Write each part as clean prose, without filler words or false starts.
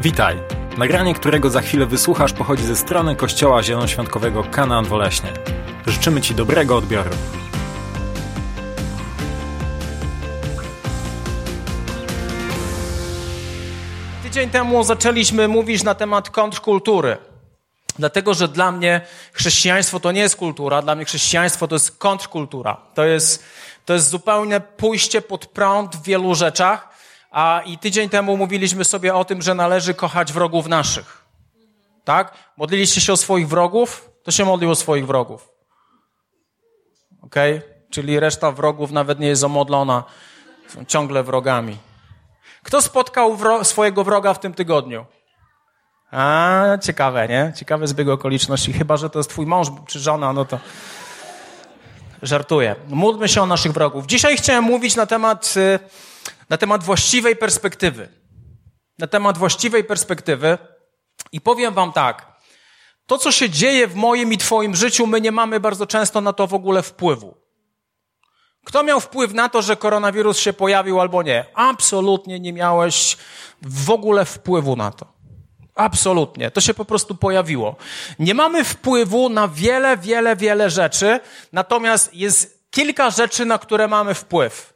Witaj! Nagranie, którego za chwilę wysłuchasz, pochodzi ze strony Kościoła Zielonoświątkowego Kanaan Woleśnie. Życzymy Ci dobrego odbioru. Tydzień temu zaczęliśmy mówić na temat kontrkultury. Dlatego, że dla mnie chrześcijaństwo to nie jest kultura, dla mnie chrześcijaństwo to jest kontrkultura. To jest zupełnie pójście pod prąd w wielu rzeczach. I tydzień temu mówiliśmy sobie o tym, że należy kochać wrogów naszych. Tak? Modliliście się o swoich wrogów? To się modlił o swoich wrogów. Okej? Czyli reszta wrogów nawet nie jest omodlona. Są ciągle wrogami. Kto spotkał swojego wroga w tym tygodniu? Ciekawe, nie? Ciekawe zbieg okoliczności. Chyba że to jest twój mąż czy żona, no to żartuję. Módlmy się o naszych wrogów. Dzisiaj chciałem mówić na temat właściwej perspektywy. Na temat właściwej perspektywy. I powiem wam tak. To, co się dzieje w moim i twoim życiu, my nie mamy bardzo często na to w ogóle wpływu. Kto miał wpływ na to, że koronawirus się pojawił albo nie? Absolutnie nie miałeś w ogóle wpływu na to. Absolutnie. To się po prostu pojawiło. Nie mamy wpływu na wiele rzeczy, natomiast jest kilka rzeczy, na które mamy wpływ.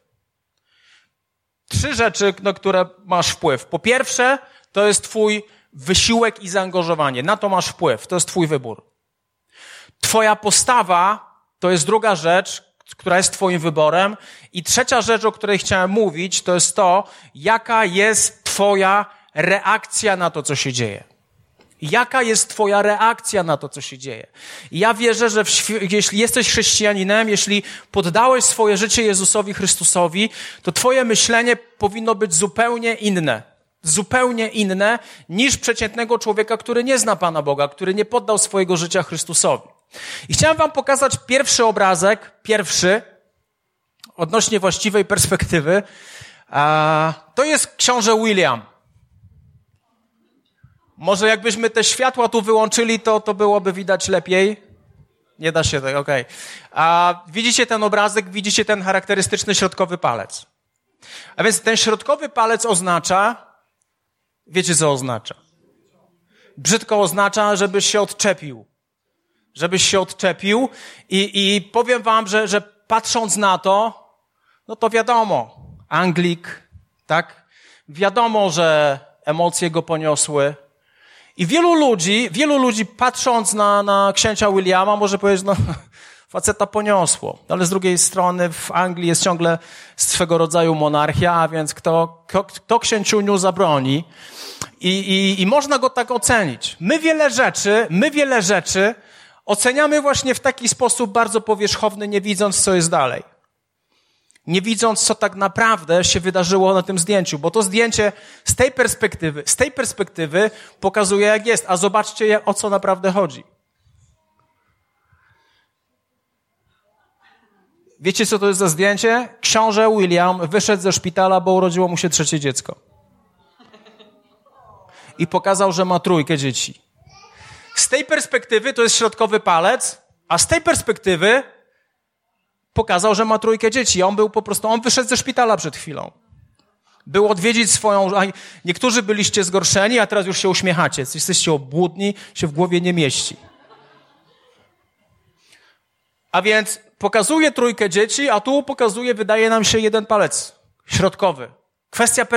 3 rzeczy, na które masz wpływ. Po pierwsze, to jest twój wysiłek i zaangażowanie. Na to masz wpływ. To jest twój wybór. Twoja postawa to jest druga rzecz, która jest twoim wyborem. I trzecia rzecz, o której chciałem mówić, to jest to, jaka jest twoja reakcja na to, co się dzieje. Jaka jest twoja reakcja na to, co się dzieje? I ja wierzę, że jeśli jesteś chrześcijaninem, jeśli poddałeś swoje życie Jezusowi Chrystusowi, to twoje myślenie powinno być zupełnie inne niż przeciętnego człowieka, który nie zna Pana Boga, który nie poddał swojego życia Chrystusowi. I chciałem wam pokazać pierwszy obrazek, odnośnie właściwej perspektywy. To jest książę William. Może jakbyśmy te światła tu wyłączyli, to byłoby widać lepiej. Nie da się tak, okej. Widzicie ten obrazek, widzicie ten charakterystyczny środkowy palec. A więc ten środkowy palec oznacza, wiecie co oznacza? Brzydko oznacza, żebyś się odczepił. I powiem wam, że patrząc na to, no to wiadomo, Anglik, tak? Wiadomo, że emocje go poniosły. I wielu ludzi patrząc na księcia Williama może powiedzieć, no faceta poniosło. Ale z drugiej strony w Anglii jest ciągle swego rodzaju monarchia, a więc kto księciuniu zabroni. I można go tak ocenić. My wiele rzeczy oceniamy właśnie w taki sposób bardzo powierzchowny, nie widząc, co jest dalej. Nie widząc, co tak naprawdę się wydarzyło na tym zdjęciu, bo to zdjęcie z tej perspektywy pokazuje, jak jest. A zobaczcie, o co naprawdę chodzi. Wiecie, co to jest za zdjęcie? Książę William wyszedł ze szpitala, bo urodziło mu się 3 dziecko. I pokazał, że ma 3 dzieci. Z tej perspektywy to jest środkowy palec, a z tej perspektywy pokazał, że ma 3 dzieci. On wyszedł ze szpitala przed chwilą. Był odwiedzić niektórzy byliście zgorszeni, a teraz już się uśmiechacie. Jesteście obłudni, się w głowie nie mieści. A więc pokazuje 3 dzieci, a tu pokazuje, wydaje nam się, 1 palec środkowy. Kwestia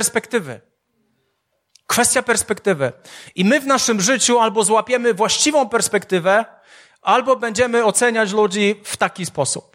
perspektywy. I my w naszym życiu albo złapiemy właściwą perspektywę, albo będziemy oceniać ludzi w taki sposób.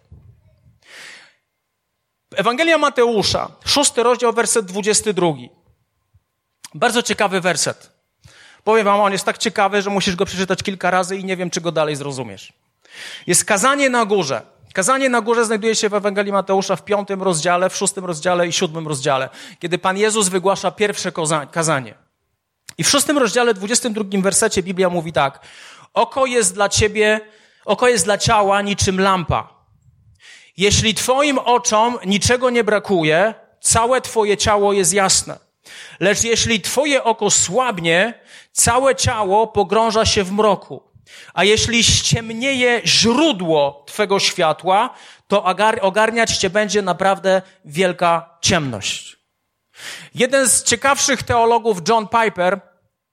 Ewangelia Mateusza, 6 rozdział, werset 22. Bardzo ciekawy werset. Powiem wam, on jest tak ciekawy, że musisz go przeczytać kilka razy i nie wiem, czy go dalej zrozumiesz. Jest kazanie na górze. Kazanie na górze znajduje się w Ewangelii Mateusza w 5 rozdziale, w 6 rozdziale i 7 rozdziale, kiedy Pan Jezus wygłasza pierwsze kazanie. I w 6 rozdziale, 22 wersecie Biblia mówi tak. Oko jest dla ciała niczym lampa. Jeśli twoim oczom niczego nie brakuje, całe twoje ciało jest jasne. Lecz jeśli twoje oko słabnie, całe ciało pogrąża się w mroku. A jeśli ściemnieje źródło twego światła, to ogarniać cię będzie naprawdę wielka ciemność. Jeden z ciekawszych teologów, John Piper,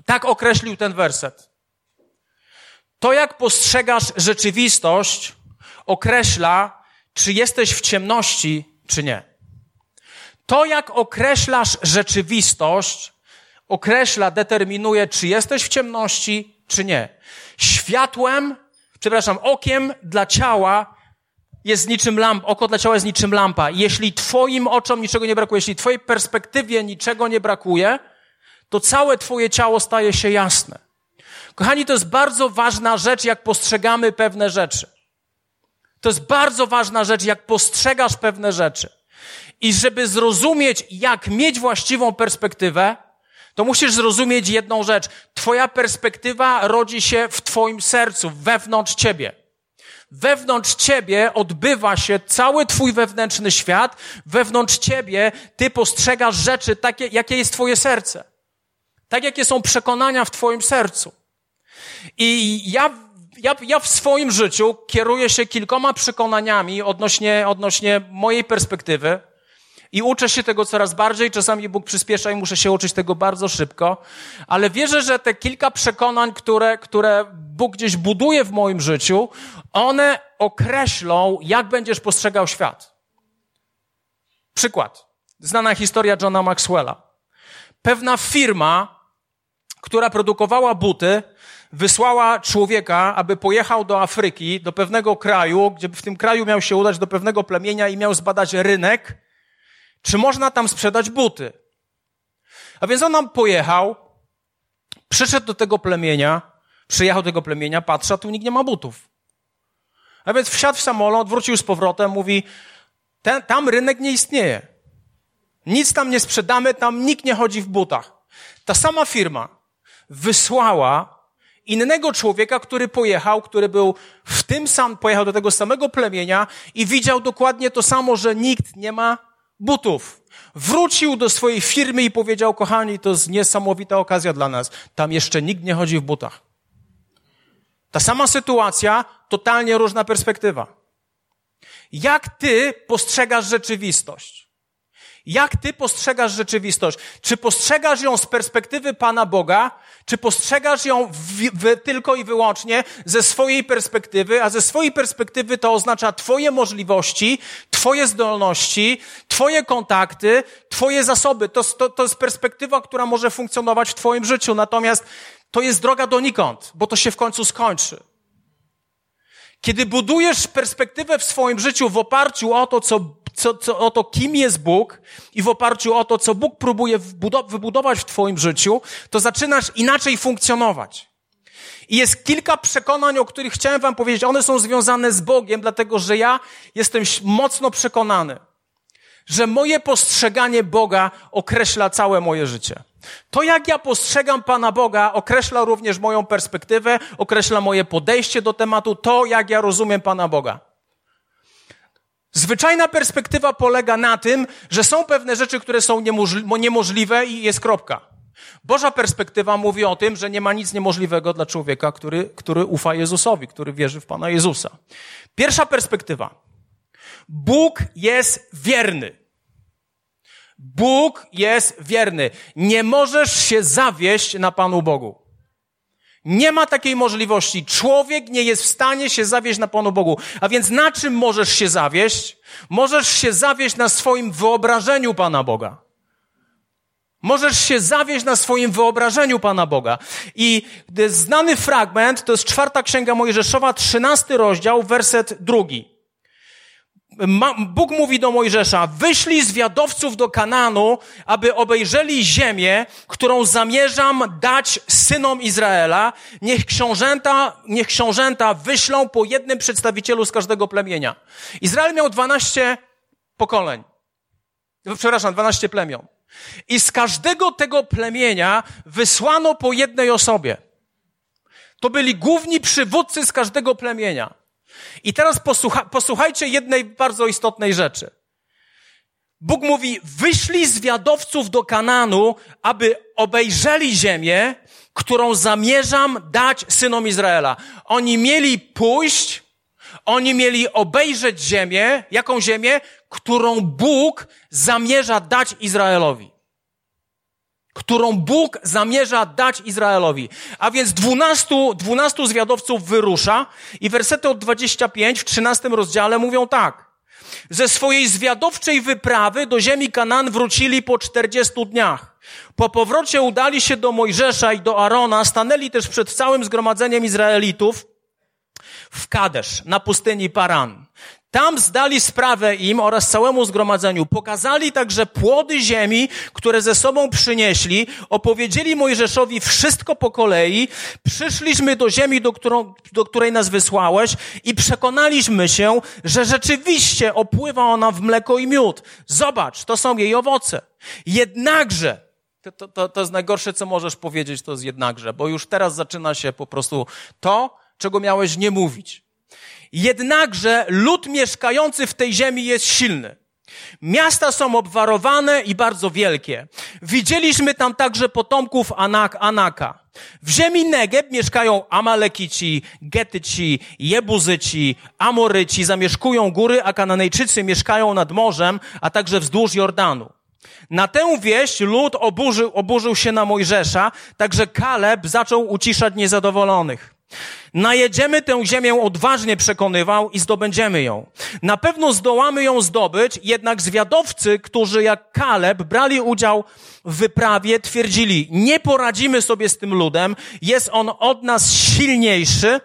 Tak określił ten werset. To, jak postrzegasz rzeczywistość, określa, czy jesteś w ciemności, czy nie. To, jak określasz rzeczywistość, determinuje, czy jesteś w ciemności, czy nie. Okiem dla ciała jest niczym oko dla ciała jest niczym lampa. Jeśli twoim oczom niczego nie brakuje, jeśli twojej perspektywie niczego nie brakuje, to całe twoje ciało staje się jasne. Kochani, to jest bardzo ważna rzecz, jak postrzegamy pewne rzeczy. To jest bardzo ważna rzecz, jak postrzegasz pewne rzeczy. I żeby zrozumieć, jak mieć właściwą perspektywę, to musisz zrozumieć jedną rzecz. Twoja perspektywa rodzi się w twoim sercu, wewnątrz ciebie. Wewnątrz ciebie odbywa się cały twój wewnętrzny świat. Wewnątrz ciebie ty postrzegasz rzeczy takie, jakie jest twoje serce. Tak, jakie są przekonania w twoim sercu. I ja w swoim życiu kieruję się kilkoma przekonaniami odnośnie mojej perspektywy i uczę się tego coraz bardziej. Czasami Bóg przyspiesza i muszę się uczyć tego bardzo szybko, ale wierzę, że te kilka przekonań, które Bóg gdzieś buduje w moim życiu, one określą, jak będziesz postrzegał świat. Przykład. Znana historia Johna Maxwella. Pewna firma, która produkowała buty, wysłała człowieka, aby pojechał do Afryki, do pewnego kraju, gdzie w tym kraju miał się udać do pewnego plemienia i miał zbadać rynek, czy można tam sprzedać buty. A więc on tam pojechał, przyjechał do tego plemienia, patrzy, a tu nikt nie ma butów. A więc wsiadł w samolot, wrócił z powrotem, mówi, tam rynek nie istnieje. Nic tam nie sprzedamy, tam nikt nie chodzi w butach. Ta sama firma wysłała innego człowieka, który pojechał do tego samego plemienia i widział dokładnie to samo, że nikt nie ma butów. Wrócił do swojej firmy i powiedział, kochani, to jest niesamowita okazja dla nas. Tam jeszcze nikt nie chodzi w butach. Ta sama sytuacja, totalnie różna perspektywa. Jak ty postrzegasz rzeczywistość? Jak ty postrzegasz rzeczywistość? Czy postrzegasz ją z perspektywy Pana Boga, czy postrzegasz ją tylko i wyłącznie ze swojej perspektywy, a ze swojej perspektywy to oznacza twoje możliwości, twoje zdolności, twoje kontakty, twoje zasoby. To jest perspektywa, która może funkcjonować w twoim życiu, natomiast to jest droga donikąd, bo to się w końcu skończy. Kiedy budujesz perspektywę w swoim życiu w oparciu o to, kim jest Bóg i w oparciu o to, co Bóg próbuje wybudować w twoim życiu, to zaczynasz inaczej funkcjonować. I jest kilka przekonań, o których chciałem wam powiedzieć. One są związane z Bogiem, dlatego że ja jestem mocno przekonany, że moje postrzeganie Boga określa całe moje życie. To, jak ja postrzegam Pana Boga, określa również moją perspektywę, określa moje podejście do tematu, to, jak ja rozumiem Pana Boga. Zwyczajna perspektywa polega na tym, że są pewne rzeczy, które są niemożliwe i jest kropka. Boża perspektywa mówi o tym, że nie ma nic niemożliwego dla człowieka, który ufa Jezusowi, który wierzy w Pana Jezusa. Pierwsza perspektywa. Bóg jest wierny. Bóg jest wierny. Nie możesz się zawieść na Panu Bogu. Nie ma takiej możliwości. Człowiek nie jest w stanie się zawieść na Panu Bogu. A więc na czym możesz się zawieść? Możesz się zawieść na swoim wyobrażeniu Pana Boga. Możesz się zawieść na swoim wyobrażeniu Pana Boga. I znany fragment, to jest 4 Księga Mojżeszowa, 13 rozdział, werset 2. Bóg mówi do Mojżesza, wyślij zwiadowców do Kanaanu, aby obejrzeli ziemię, którą zamierzam dać synom Izraela. Niech książęta wyślą po jednym przedstawicielu z każdego plemienia. Izrael miał 12 plemion. I z każdego tego plemienia wysłano po jednej osobie. To byli główni przywódcy z każdego plemienia. I teraz posłuchajcie jednej bardzo istotnej rzeczy. Bóg mówi, wyślij zwiadowców do Kanaanu, aby obejrzeli ziemię, którą zamierzam dać synom Izraela. Oni mieli pójść, oni mieli obejrzeć ziemię. Jaką ziemię? Którą Bóg zamierza dać Izraelowi. którą Bóg zamierza dać Izraelowi. A więc 12 zwiadowców wyrusza i wersety od 25 w 13 rozdziale mówią tak. Ze swojej zwiadowczej wyprawy do ziemi Kanaan wrócili po 40 dniach. Po powrocie udali się do Mojżesza i do Arona, stanęli też przed całym zgromadzeniem Izraelitów w Kadesz, na pustyni Paran. Tam zdali sprawę im oraz całemu zgromadzeniu. Pokazali także płody ziemi, które ze sobą przynieśli. Opowiedzieli Mojżeszowi wszystko po kolei. Przyszliśmy do ziemi, do której nas wysłałeś i przekonaliśmy się, że rzeczywiście opływa ona w mleko i miód. Zobacz, to są jej owoce. Jednakże, to jest najgorsze, co możesz powiedzieć, to jest jednakże, bo już teraz zaczyna się po prostu to, czego miałeś nie mówić. Jednakże lud mieszkający w tej ziemi jest silny. Miasta są obwarowane i bardzo wielkie. Widzieliśmy tam także potomków Anaka. W ziemi Negeb mieszkają Amalekici, Getyci, Jebuzyci, Amoryci, zamieszkują góry, a Kananejczycy mieszkają nad morzem, a także wzdłuż Jordanu. Na tę wieść lud oburzył się na Mojżesza, także Kaleb zaczął uciszać niezadowolonych. Najedziemy tę ziemię, odważnie przekonywał, i zdobędziemy ją. Na pewno zdołamy ją zdobyć, jednak zwiadowcy, którzy jak Kaleb brali udział w wyprawie, twierdzili, nie poradzimy sobie z tym ludem, jest on od nas silniejszy.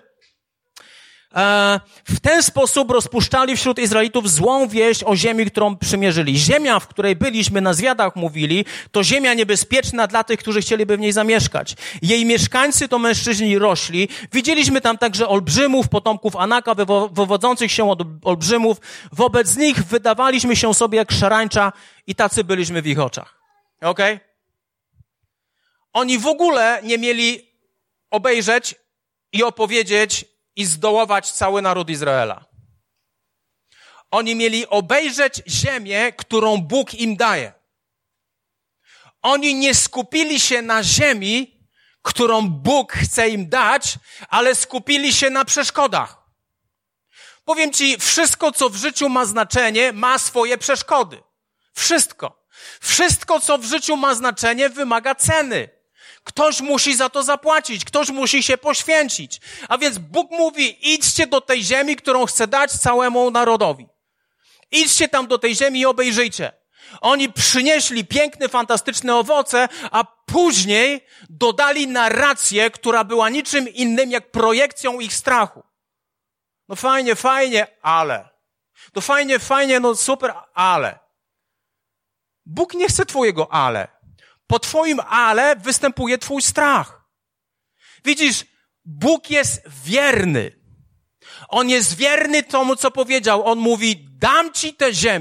W ten sposób rozpuszczali wśród Izraelitów złą wieść o ziemi, którą przymierzyli. Ziemia, w której byliśmy, na zwiadach mówili, to ziemia niebezpieczna dla tych, którzy chcieliby w niej zamieszkać. Jej mieszkańcy to mężczyźni rośli. Widzieliśmy tam także olbrzymów, potomków Anaka, wywodzących się od olbrzymów. Wobec nich wydawaliśmy się sobie jak szarańcza i tacy byliśmy w ich oczach. Okej? Oni w ogóle nie mieli obejrzeć i opowiedzieć i zdołować cały naród Izraela. Oni mieli obejrzeć ziemię, którą Bóg im daje. Oni nie skupili się na ziemi, którą Bóg chce im dać, ale skupili się na przeszkodach. Powiem ci, wszystko, co w życiu ma znaczenie, ma swoje przeszkody. Wszystko. Wszystko, co w życiu ma znaczenie, wymaga ceny. Ktoś musi za to zapłacić, ktoś musi się poświęcić. A więc Bóg mówi, idźcie do tej ziemi, którą chcę dać całemu narodowi. Idźcie tam do tej ziemi i obejrzyjcie. Oni przynieśli piękne, fantastyczne owoce, a później dodali narrację, która była niczym innym jak projekcją ich strachu. No fajnie, ale. No fajnie, no super, ale. Bóg nie chce twojego ale. Po twoim ale występuje twój strach. Widzisz, Bóg jest wierny. On jest wierny temu, co powiedział. On mówi, dam ci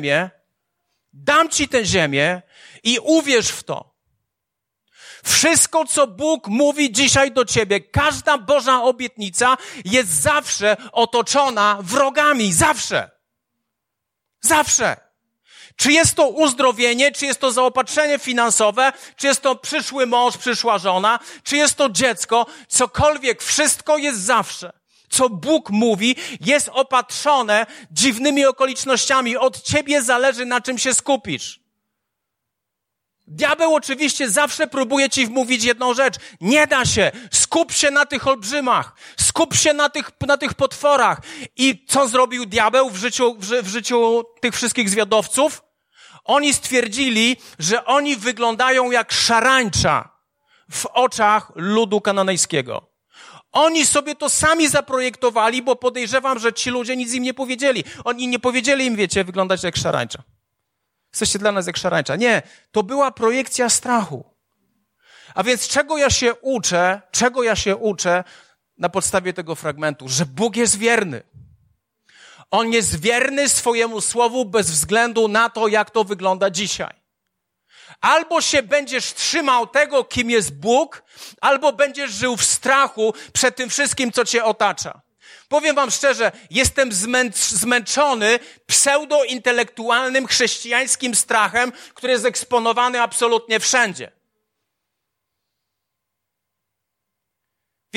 tę ziemię i uwierz w to. Wszystko, co Bóg mówi dzisiaj do ciebie, każda Boża obietnica jest zawsze otoczona wrogami. Zawsze. Zawsze. Czy jest to uzdrowienie, czy jest to zaopatrzenie finansowe, czy jest to przyszły mąż, przyszła żona, czy jest to dziecko, cokolwiek, wszystko jest zawsze. Co Bóg mówi, jest opatrzone dziwnymi okolicznościami. Od ciebie zależy, na czym się skupisz. Diabeł oczywiście zawsze próbuje ci wmówić jedną rzecz. Nie da się. Skup się na tych olbrzymach. Skup się na tych potworach. I co zrobił diabeł w życiu tych wszystkich zwiadowców? Oni stwierdzili, że oni wyglądają jak szarańcza w oczach ludu kananejskiego. Oni sobie to sami zaprojektowali, bo podejrzewam, że ci ludzie nic im nie powiedzieli. Oni nie powiedzieli im, wiecie, wyglądać jak szarańcza. Jesteście dla nas jak szarańcza. Nie, to była projekcja strachu. A więc czego ja się uczę na podstawie tego fragmentu? Że Bóg jest wierny. On jest wierny swojemu słowu bez względu na to, jak to wygląda dzisiaj. Albo się będziesz trzymał tego, kim jest Bóg, albo będziesz żył w strachu przed tym wszystkim, co cię otacza. Powiem wam szczerze, jestem zmęczony pseudointelektualnym chrześcijańskim strachem, który jest eksponowany absolutnie wszędzie. Wiecie,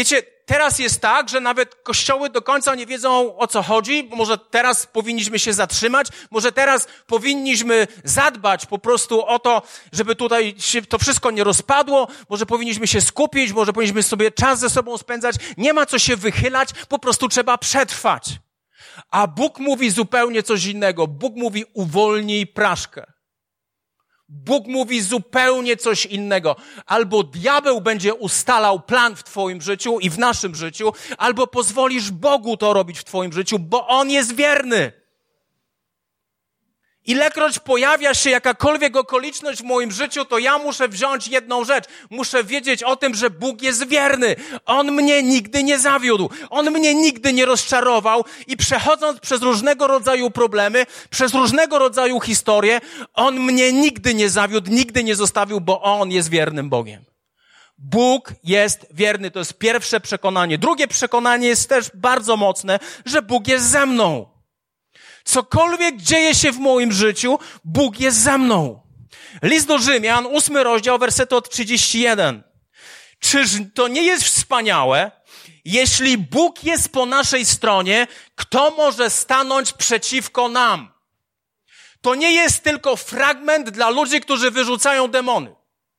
teraz jest tak, że nawet kościoły do końca nie wiedzą, o co chodzi. Może teraz powinniśmy się zatrzymać, może teraz powinniśmy zadbać po prostu o to, żeby tutaj się to wszystko nie rozpadło, może powinniśmy się skupić, może powinniśmy sobie czas ze sobą spędzać. Nie ma co się wychylać, po prostu trzeba przetrwać. A Bóg mówi zupełnie coś innego. Bóg mówi: uwolnij praszkę. Bóg mówi zupełnie coś innego. Albo diabeł będzie ustalał plan w twoim życiu i w naszym życiu, albo pozwolisz Bogu to robić w twoim życiu, bo On jest wierny. Ilekroć pojawia się jakakolwiek okoliczność w moim życiu, to ja muszę wziąć jedną rzecz. Muszę wiedzieć o tym, że Bóg jest wierny. On mnie nigdy nie zawiódł. On mnie nigdy nie rozczarował i przechodząc przez różnego rodzaju problemy, przez różnego rodzaju historie, On mnie nigdy nie zawiódł, nigdy nie zostawił, bo On jest wiernym Bogiem. Bóg jest wierny. To jest pierwsze przekonanie. Drugie przekonanie jest też bardzo mocne, że Bóg jest ze mną. Cokolwiek dzieje się w moim życiu, Bóg jest ze mną. List do Rzymian, 8 rozdział, wersety od 31. Czyż to nie jest wspaniałe? Jeśli Bóg jest po naszej stronie, kto może stanąć przeciwko nam? To nie jest tylko fragment dla ludzi, którzy wyrzucają demony.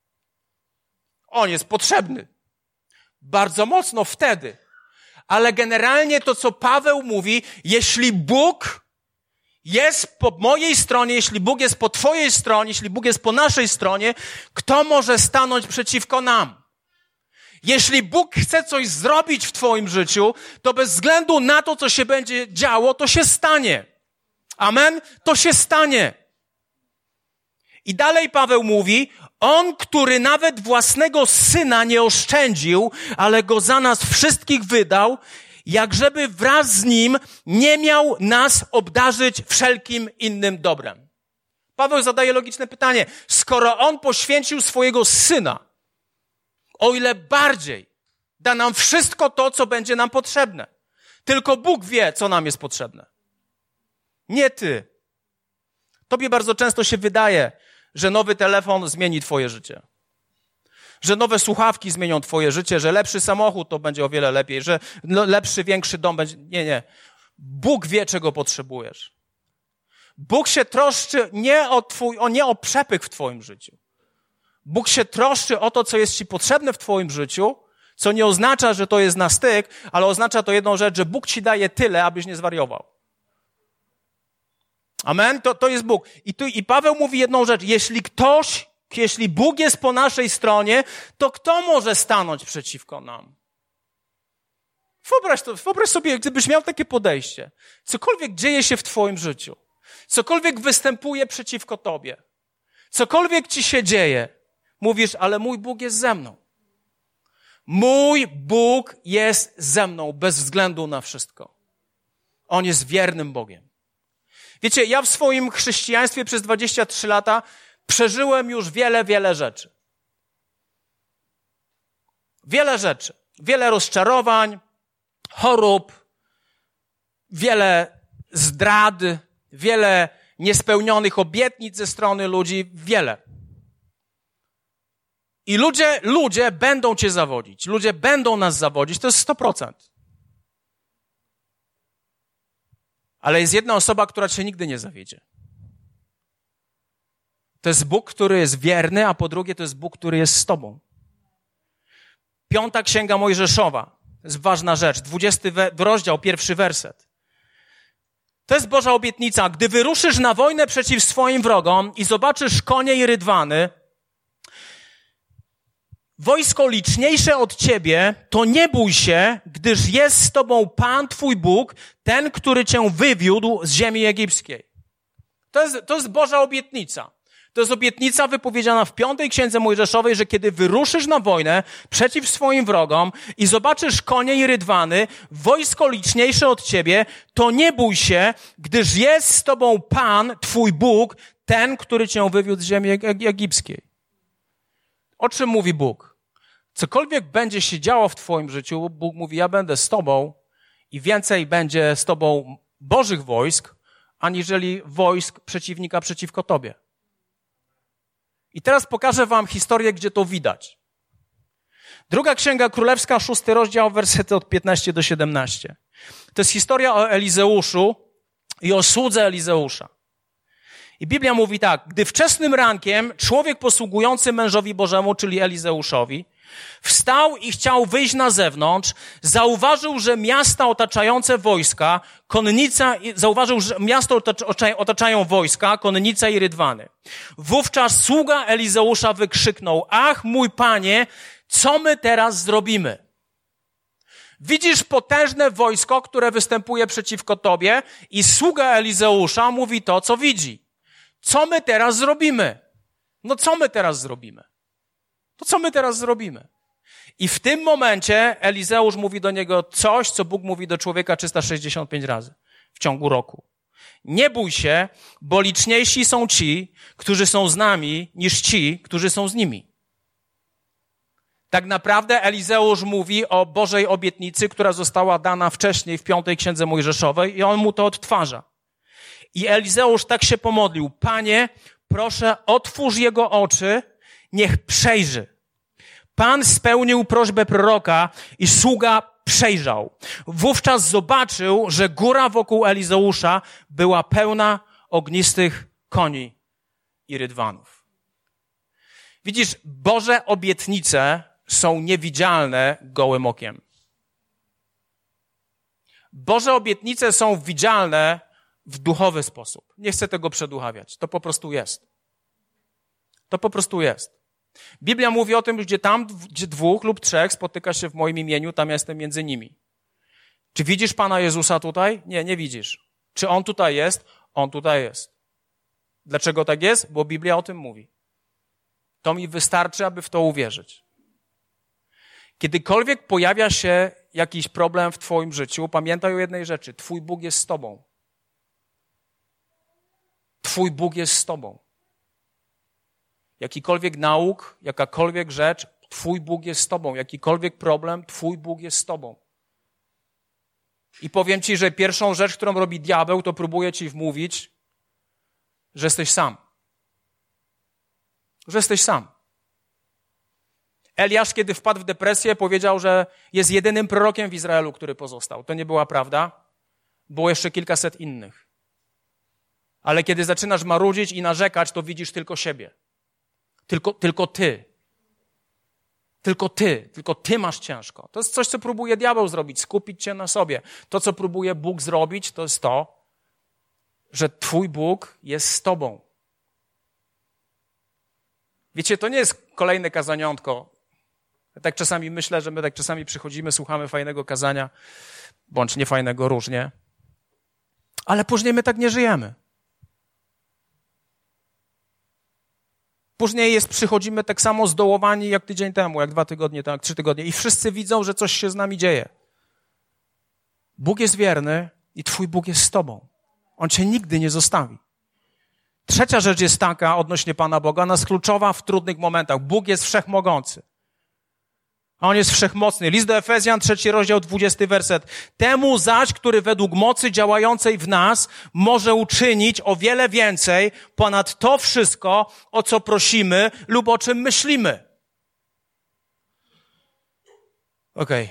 On jest potrzebny. Bardzo mocno wtedy. Ale generalnie to, co Paweł mówi, jeśli Bóg jest po mojej stronie, jeśli Bóg jest po twojej stronie, jeśli Bóg jest po naszej stronie, kto może stanąć przeciwko nam? Jeśli Bóg chce coś zrobić w twoim życiu, to bez względu na to, co się będzie działo, to się stanie. Amen? To się stanie. I dalej Paweł mówi: On, który nawet własnego Syna nie oszczędził, ale Go za nas wszystkich wydał, jakżeby wraz z Nim nie miał nas obdarzyć wszelkim innym dobrem. Paweł zadaje logiczne pytanie. Skoro On poświęcił swojego Syna, o ile bardziej da nam wszystko to, co będzie nam potrzebne. Tylko Bóg wie, co nam jest potrzebne. Nie ty. Tobie bardzo często się wydaje, że nowy telefon zmieni twoje życie. Że nowe słuchawki zmienią twoje życie, że lepszy samochód to będzie o wiele lepiej, że lepszy, większy dom będzie... Nie. Bóg wie, czego potrzebujesz. Bóg się troszczy nie o przepych w twoim życiu. Bóg się troszczy o to, co jest ci potrzebne w twoim życiu, co nie oznacza, że to jest na styk, ale oznacza to jedną rzecz, że Bóg ci daje tyle, abyś nie zwariował. Amen? To jest Bóg. I Paweł mówi jedną rzecz. Jeśli Bóg jest po naszej stronie, to kto może stanąć przeciwko nam? Wyobraź sobie, gdybyś miał takie podejście. Cokolwiek dzieje się w twoim życiu, cokolwiek występuje przeciwko tobie, cokolwiek ci się dzieje, mówisz: ale mój Bóg jest ze mną. Mój Bóg jest ze mną bez względu na wszystko. On jest wiernym Bogiem. Wiecie, ja w swoim chrześcijaństwie przez 23 lata przeżyłem już wiele rzeczy. Wiele rzeczy. Wiele rozczarowań, chorób, wiele zdrad, wiele niespełnionych obietnic ze strony ludzi, wiele. I ludzie będą cię zawodzić. Ludzie będą nas zawodzić, to jest 100%. Ale jest jedna osoba, która cię nigdy nie zawiedzie. To jest Bóg, który jest wierny, a po drugie to jest Bóg, który jest z tobą. 5. Księga Mojżeszowa. To jest ważna rzecz. 20 rozdział, 1 werset. To jest Boża obietnica. Gdy wyruszysz na wojnę przeciw swoim wrogom i zobaczysz konie i rydwany, wojsko liczniejsze od ciebie, to nie bój się, gdyż jest z tobą Pan, twój Bóg, ten, który cię wywiódł z ziemi egipskiej. To jest Boża obietnica. To jest obietnica wypowiedziana w 5. Księdze Mojżeszowej, że kiedy wyruszysz na wojnę przeciw swoim wrogom i zobaczysz konie i rydwany, wojsko liczniejsze od ciebie, to nie bój się, gdyż jest z tobą Pan, twój Bóg, ten, który cię wywiódł z ziemi egipskiej. O czym mówi Bóg? Cokolwiek będzie się działo w twoim życiu, Bóg mówi: ja będę z tobą i więcej będzie z tobą Bożych wojsk, aniżeli wojsk przeciwnika przeciwko tobie. I teraz pokażę wam historię, gdzie to widać. Druga Księga Królewska, 6 rozdział, wersety od 15 do 17. To jest historia o Elizeuszu i o słudze Elizeusza. I Biblia mówi tak: gdy wczesnym rankiem człowiek posługujący mężowi Bożemu, czyli Elizeuszowi, wstał i chciał wyjść na zewnątrz, zauważył, że miasta otaczają wojska, konnica i rydwany. Wówczas sługa Elizeusza wykrzyknął: ach, mój panie, co my teraz zrobimy? Widzisz potężne wojsko, które występuje przeciwko tobie, i sługa Elizeusza mówi to, co widzi. Co my teraz zrobimy? No co my teraz zrobimy? To co my teraz zrobimy? I w tym momencie Elizeusz mówi do niego coś, co Bóg mówi do człowieka 365 razy w ciągu roku. Nie bój się, bo liczniejsi są ci, którzy są z nami, niż ci, którzy są z nimi. Tak naprawdę Elizeusz mówi o Bożej obietnicy, która została dana wcześniej w 5 Księdze Mojżeszowej, i on mu to odtwarza. I Elizeusz tak się pomodlił: Panie, proszę, otwórz jego oczy, niech przejrzy. Pan spełnił prośbę proroka i sługa przejrzał. Wówczas zobaczył, że góra wokół Elizeusza była pełna ognistych koni i rydwanów. Widzisz, Boże obietnice są niewidzialne gołym okiem. Boże obietnice są widzialne w duchowy sposób. Nie chcę tego przeduchawiać. To po prostu jest. To po prostu jest. Biblia mówi o tym, gdzie 2 lub 3 spotyka się w moim imieniu, tam jestem między nimi. Czy widzisz Pana Jezusa tutaj? Nie, nie widzisz. Czy On tutaj jest? On tutaj jest. Dlaczego tak jest? Bo Biblia o tym mówi. To mi wystarczy, aby w to uwierzyć. Kiedykolwiek pojawia się jakiś problem w twoim życiu, pamiętaj o jednej rzeczy. Twój Bóg jest z tobą. Twój Bóg jest z tobą. Jakikolwiek nauk, jakakolwiek rzecz, Twój Bóg jest z tobą. Jakikolwiek problem, Twój Bóg jest z tobą. I powiem ci, że pierwszą rzecz, którą robi diabeł, to próbuje ci wmówić, że jesteś sam. Że jesteś sam. Eliasz, kiedy wpadł w depresję, powiedział, że jest jedynym prorokiem w Izraelu, który pozostał. To nie była prawda. Było jeszcze kilkaset innych. Ale kiedy zaczynasz marudzić i narzekać, to widzisz tylko siebie. Tylko ty. Tylko ty masz ciężko. To jest coś, co próbuje diabeł zrobić, skupić cię na sobie. To, co próbuje Bóg zrobić, to jest to, że twój Bóg jest z tobą. Wiecie, to nie jest kolejne kazaniątko. Ja tak czasami myślę, że my tak czasami przychodzimy, słuchamy fajnego kazania, bądź niefajnego, różnie. Ale później my tak nie żyjemy. Później przychodzimy tak samo zdołowani jak tydzień temu, jak 2 tygodnie temu, jak 3 tygodnie i wszyscy widzą, że coś się z nami dzieje. Bóg jest wierny i twój Bóg jest z tobą. On cię nigdy nie zostawi. Trzecia rzecz jest taka odnośnie Pana Boga, ona jest kluczowa w trudnych momentach. Bóg jest wszechmogący. On jest wszechmocny. List do Efezjan, 3 rozdział, 20 werset. Temu zaś, który według mocy działającej w nas może uczynić o wiele więcej ponad to wszystko, o co prosimy lub o czym myślimy. Okej.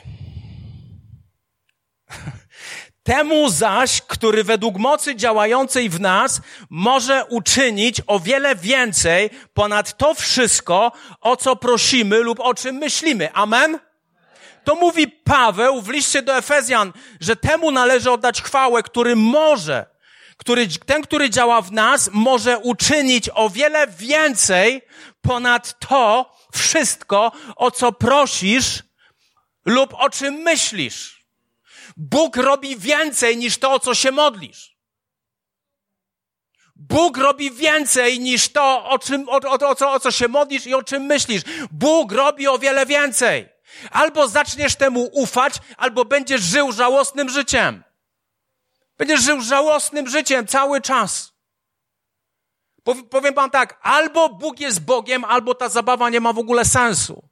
Temu zaś, który według mocy działającej w nas może uczynić o wiele więcej ponad to wszystko, o co prosimy lub o czym myślimy. Amen? To mówi Paweł w liście do Efezjan, że temu należy oddać chwałę, który działa w nas, może uczynić o wiele więcej ponad to wszystko, o co prosisz lub o czym myślisz. Bóg robi więcej niż to, o co się modlisz. Bóg robi więcej niż to, o co się modlisz i o czym myślisz. Bóg robi o wiele więcej. Albo zaczniesz temu ufać, albo będziesz żył żałosnym życiem. Będziesz żył żałosnym życiem cały czas. Powiem wam tak, albo Bóg jest Bogiem, albo ta zabawa nie ma w ogóle sensu.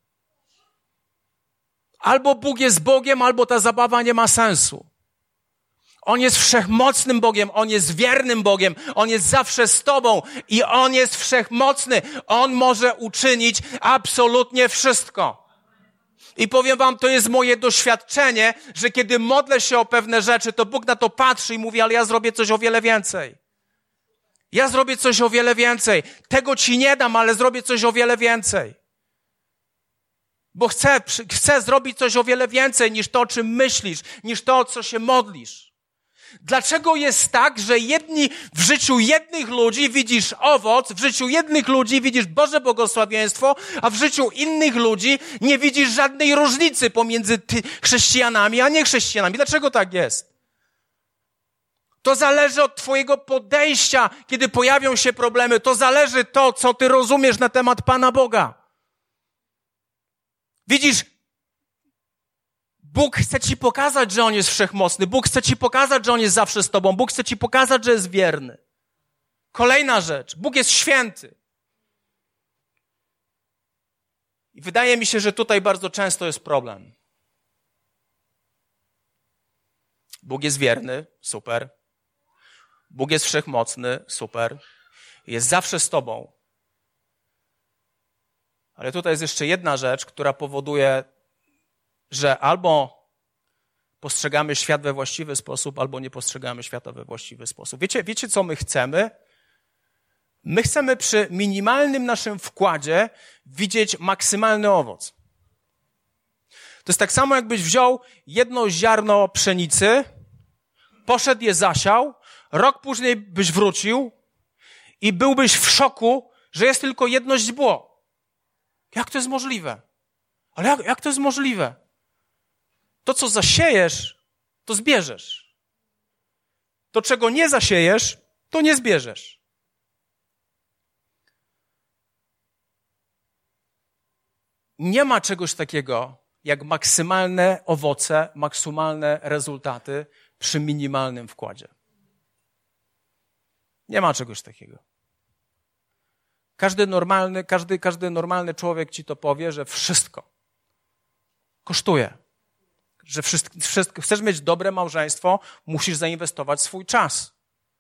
Albo Bóg jest Bogiem, albo ta zabawa nie ma sensu. On jest wszechmocnym Bogiem, On jest wiernym Bogiem, On jest zawsze z tobą i On jest wszechmocny. On może uczynić absolutnie wszystko. I powiem wam, to jest moje doświadczenie, że kiedy modlę się o pewne rzeczy, to Bóg na to patrzy i mówi, ale ja zrobię coś o wiele więcej. Ja zrobię coś o wiele więcej. Tego ci nie dam, ale zrobię coś o wiele więcej. Bo chcę zrobić coś o wiele więcej niż to, o czym myślisz, niż to, o co się modlisz. Dlaczego jest tak, że w życiu jednych ludzi widzisz owoc, w życiu jednych ludzi widzisz Boże błogosławieństwo, a w życiu innych ludzi nie widzisz żadnej różnicy pomiędzy chrześcijanami a niechrześcijanami? Dlaczego tak jest? To zależy od twojego podejścia, kiedy pojawią się problemy. To zależy to, co ty rozumiesz na temat Pana Boga. Widzisz, Bóg chce ci pokazać, że On jest wszechmocny. Bóg chce ci pokazać, że On jest zawsze z tobą. Bóg chce ci pokazać, że jest wierny. Kolejna rzecz. Bóg jest święty. I wydaje mi się, że tutaj bardzo często jest problem. Bóg jest wierny, super. Bóg jest wszechmocny, super. Jest zawsze z tobą. Ale tutaj jest jeszcze jedna rzecz, która powoduje, że albo postrzegamy świat we właściwy sposób, albo nie postrzegamy świata we właściwy sposób. Wiecie, co my chcemy? My chcemy przy minimalnym naszym wkładzie widzieć maksymalny owoc. To jest tak samo, jakbyś wziął jedno ziarno pszenicy, poszedł je zasiał, rok później byś wrócił i byłbyś w szoku, że jest tylko jedno źdźbło. Jak to jest możliwe? Ale jak to jest możliwe? To, co zasiejesz, to zbierzesz. To, czego nie zasiejesz, to nie zbierzesz. Nie ma czegoś takiego, jak maksymalne owoce, maksymalne rezultaty przy minimalnym wkładzie. Nie ma czegoś takiego. Każdy normalny człowiek ci to powie, że wszystko kosztuje. Że wszystko, chcesz mieć dobre małżeństwo, musisz zainwestować swój czas.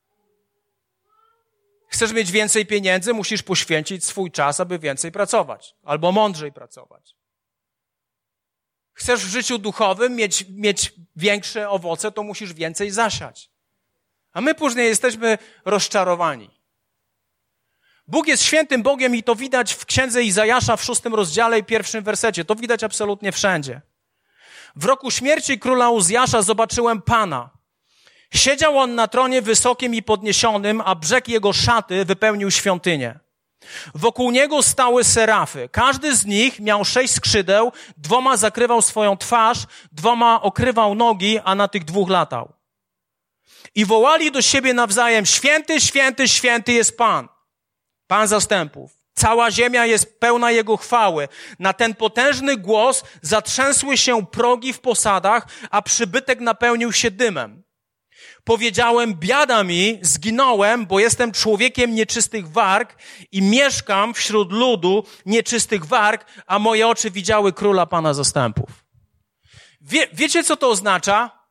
Chcesz mieć więcej pieniędzy, musisz poświęcić swój czas, aby więcej pracować. Albo mądrzej pracować. Chcesz w życiu duchowym mieć większe owoce, to musisz więcej zasiać. A my później jesteśmy rozczarowani. Bóg jest świętym Bogiem i to widać w księdze Izajasza w 6 rozdziale i 1 wersecie. To widać absolutnie wszędzie. W roku śmierci króla Uzjasza zobaczyłem Pana. Siedział on na tronie wysokim i podniesionym, a brzeg jego szaty wypełnił świątynię. Wokół niego stały serafy. Każdy z nich miał 6 skrzydeł, 2 zakrywał swoją twarz, 2 okrywał nogi, a na tych 2 latał. I wołali do siebie nawzajem: Święty, święty, święty jest Pan, Pan zastępów. Cała ziemia jest pełna Jego chwały. Na ten potężny głos zatrzęsły się progi w posadach, a przybytek napełnił się dymem. Powiedziałem: biada mi, zginąłem, bo jestem człowiekiem nieczystych warg i mieszkam wśród ludu nieczystych warg, a moje oczy widziały Króla Pana zastępów. Wiecie, co to oznacza?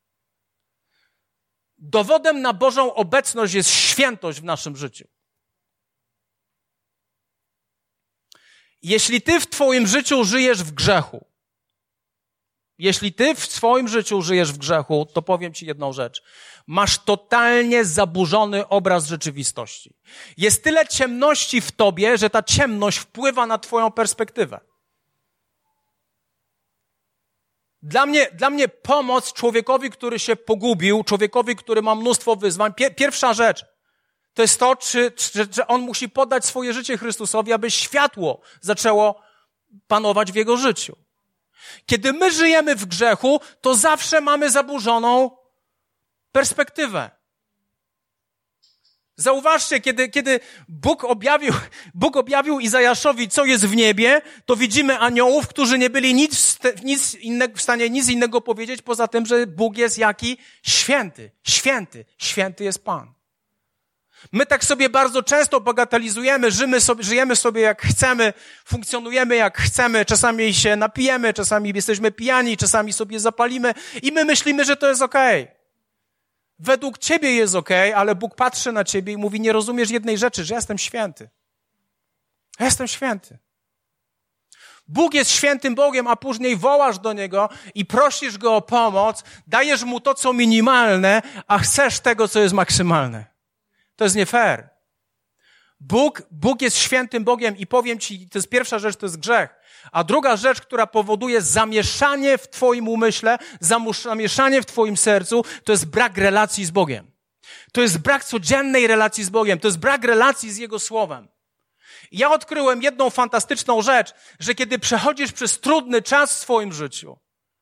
Dowodem na Bożą obecność jest świętość w naszym życiu. Jeśli ty w twoim życiu żyjesz w grzechu, to powiem ci jedną rzecz. Masz totalnie zaburzony obraz rzeczywistości. Jest tyle ciemności w tobie, że ta ciemność wpływa na twoją perspektywę. Dla mnie pomoc człowiekowi, który się pogubił, człowiekowi, który ma mnóstwo wyzwań, pierwsza rzecz to jest to, że on musi poddać swoje życie Chrystusowi, aby światło zaczęło panować w jego życiu. Kiedy my żyjemy w grzechu, to zawsze mamy zaburzoną perspektywę. Zauważcie, kiedy Bóg objawił Izajaszowi, co jest w niebie, to widzimy aniołów, którzy nie byli w stanie nic innego powiedzieć, poza tym, że Bóg jest jaki? Święty. Święty. Święty jest Pan. My tak sobie bardzo często bagatelizujemy, żyjemy sobie jak chcemy, funkcjonujemy jak chcemy, czasami się napijemy, czasami jesteśmy pijani, czasami sobie zapalimy i my myślimy, że to jest okej. Według ciebie jest okej, ale Bóg patrzy na ciebie i mówi: nie rozumiesz jednej rzeczy, że ja jestem święty. Ja jestem święty. Bóg jest świętym Bogiem, a później wołasz do Niego i prosisz Go o pomoc, dajesz Mu to, co minimalne, a chcesz tego, co jest maksymalne. To jest nie fair. Bóg jest świętym Bogiem i powiem Ci, to jest pierwsza rzecz, to jest grzech. A druga rzecz, która powoduje zamieszanie w Twoim umyśle, zamieszanie w Twoim sercu, to jest brak relacji z Bogiem. To jest brak codziennej relacji z Bogiem. To jest brak relacji z Jego Słowem. I ja odkryłem jedną fantastyczną rzecz, że kiedy przechodzisz przez trudny czas w swoim życiu,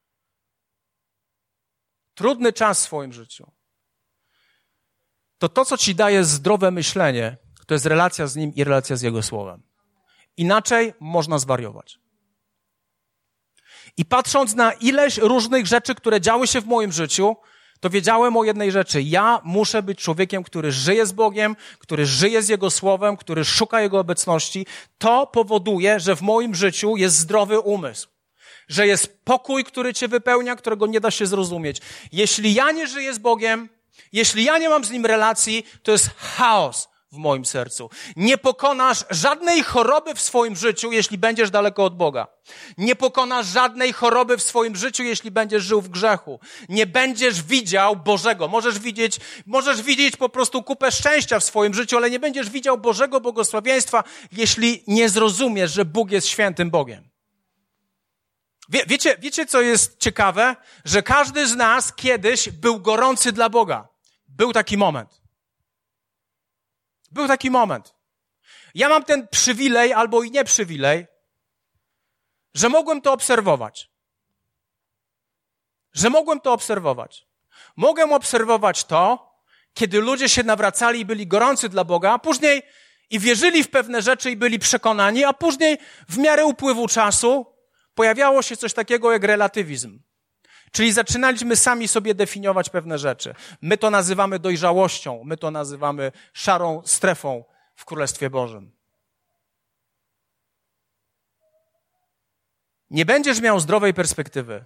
to, co Ci daje zdrowe myślenie, to jest relacja z Nim i relacja z Jego Słowem. Inaczej można zwariować. I patrząc na ileś różnych rzeczy, które działy się w moim życiu, to wiedziałem o jednej rzeczy. Ja muszę być człowiekiem, który żyje z Bogiem, który żyje z Jego Słowem, który szuka Jego obecności. To powoduje, że w moim życiu jest zdrowy umysł. Że jest pokój, który Cię wypełnia, którego nie da się zrozumieć. Jeśli ja nie żyję z Bogiem, jeśli ja nie mam z Nim relacji, to jest chaos w moim sercu. Nie pokonasz żadnej choroby w swoim życiu, jeśli będziesz daleko od Boga. Nie pokonasz żadnej choroby w swoim życiu, jeśli będziesz żył w grzechu. Nie będziesz widział Bożego. Możesz widzieć po prostu kupę szczęścia w swoim życiu, ale nie będziesz widział Bożego błogosławieństwa, jeśli nie zrozumiesz, że Bóg jest świętym Bogiem. Wiecie, co jest ciekawe? Że każdy z nas kiedyś był gorący dla Boga. Był taki moment. Ja mam ten przywilej, albo i nie przywilej, że mogłem to obserwować. Mogłem obserwować to, kiedy ludzie się nawracali i byli gorący dla Boga, a później i wierzyli w pewne rzeczy i byli przekonani, a później w miarę upływu czasu pojawiało się coś takiego jak relatywizm. Czyli zaczynaliśmy sami sobie definiować pewne rzeczy. My to nazywamy dojrzałością, my to nazywamy szarą strefą w Królestwie Bożym. Nie będziesz miał zdrowej perspektywy,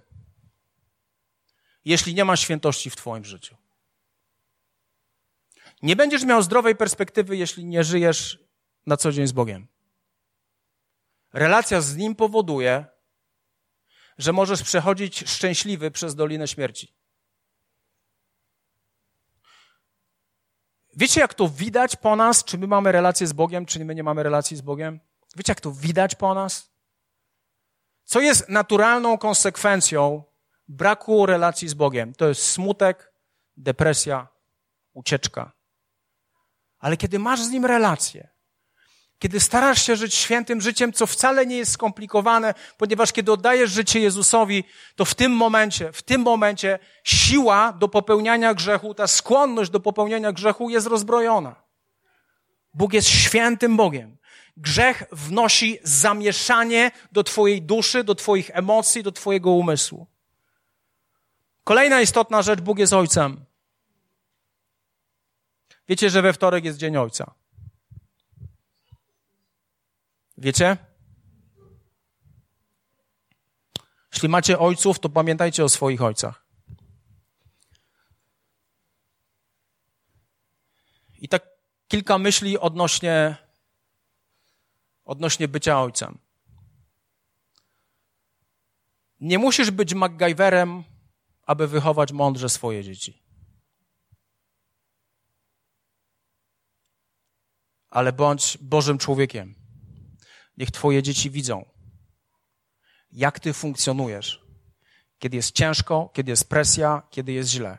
jeśli nie ma świętości w Twoim życiu. Nie będziesz miał zdrowej perspektywy, jeśli nie żyjesz na co dzień z Bogiem. Relacja z Nim powoduje, że możesz przechodzić szczęśliwy przez Dolinę Śmierci. Wiecie, jak to widać po nas, czy my mamy relację z Bogiem, czy my nie mamy relacji z Bogiem? Wiecie, jak to widać po nas? Co jest naturalną konsekwencją braku relacji z Bogiem? To jest smutek, depresja, ucieczka. Ale kiedy masz z Nim relację, kiedy starasz się żyć świętym życiem, co wcale nie jest skomplikowane, ponieważ kiedy oddajesz życie Jezusowi, to w tym momencie siła do popełniania grzechu, ta skłonność do popełniania grzechu jest rozbrojona. Bóg jest świętym Bogiem. Grzech wnosi zamieszanie do twojej duszy, do twoich emocji, do twojego umysłu. Kolejna istotna rzecz, Bóg jest Ojcem. Wiecie, że we wtorek jest Dzień Ojca. Wiecie? Jeśli macie ojców, to pamiętajcie o swoich ojcach. I tak kilka myśli odnośnie bycia ojcem. Nie musisz być MacGyverem, aby wychować mądrze swoje dzieci. Ale bądź Bożym człowiekiem. Niech twoje dzieci widzą, jak ty funkcjonujesz, kiedy jest ciężko, kiedy jest presja, kiedy jest źle.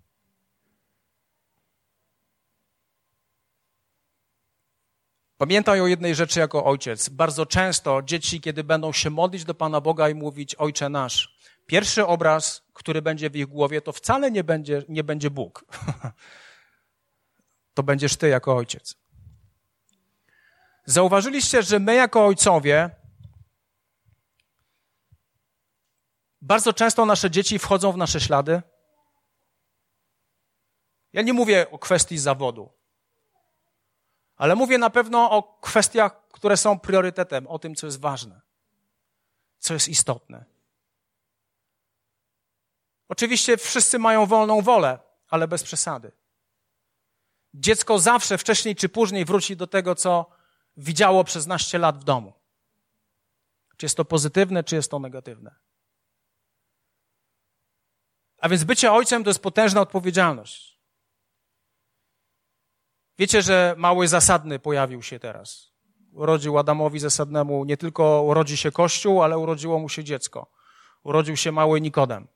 Pamiętaj o jednej rzeczy jako ojciec. Bardzo często dzieci, kiedy będą się modlić do Pana Boga i mówić Ojcze nasz, pierwszy obraz, który będzie w ich głowie, to wcale nie będzie Bóg. To będziesz ty jako ojciec. Zauważyliście, że my jako ojcowie bardzo często nasze dzieci wchodzą w nasze ślady? Ja nie mówię o kwestii zawodu, ale mówię na pewno o kwestiach, które są priorytetem, o tym, co jest ważne, co jest istotne. Oczywiście wszyscy mają wolną wolę, ale bez przesady. Dziecko zawsze, wcześniej czy później wróci do tego, co widziało przez naście lat w domu. Czy jest to pozytywne, czy jest to negatywne. A więc bycie ojcem to jest potężna odpowiedzialność. Wiecie, że mały zasadny pojawił się teraz. Urodził Adamowi zasadnemu, nie tylko urodzi się Kościół, ale urodziło mu się dziecko. Urodził się mały Nikodem.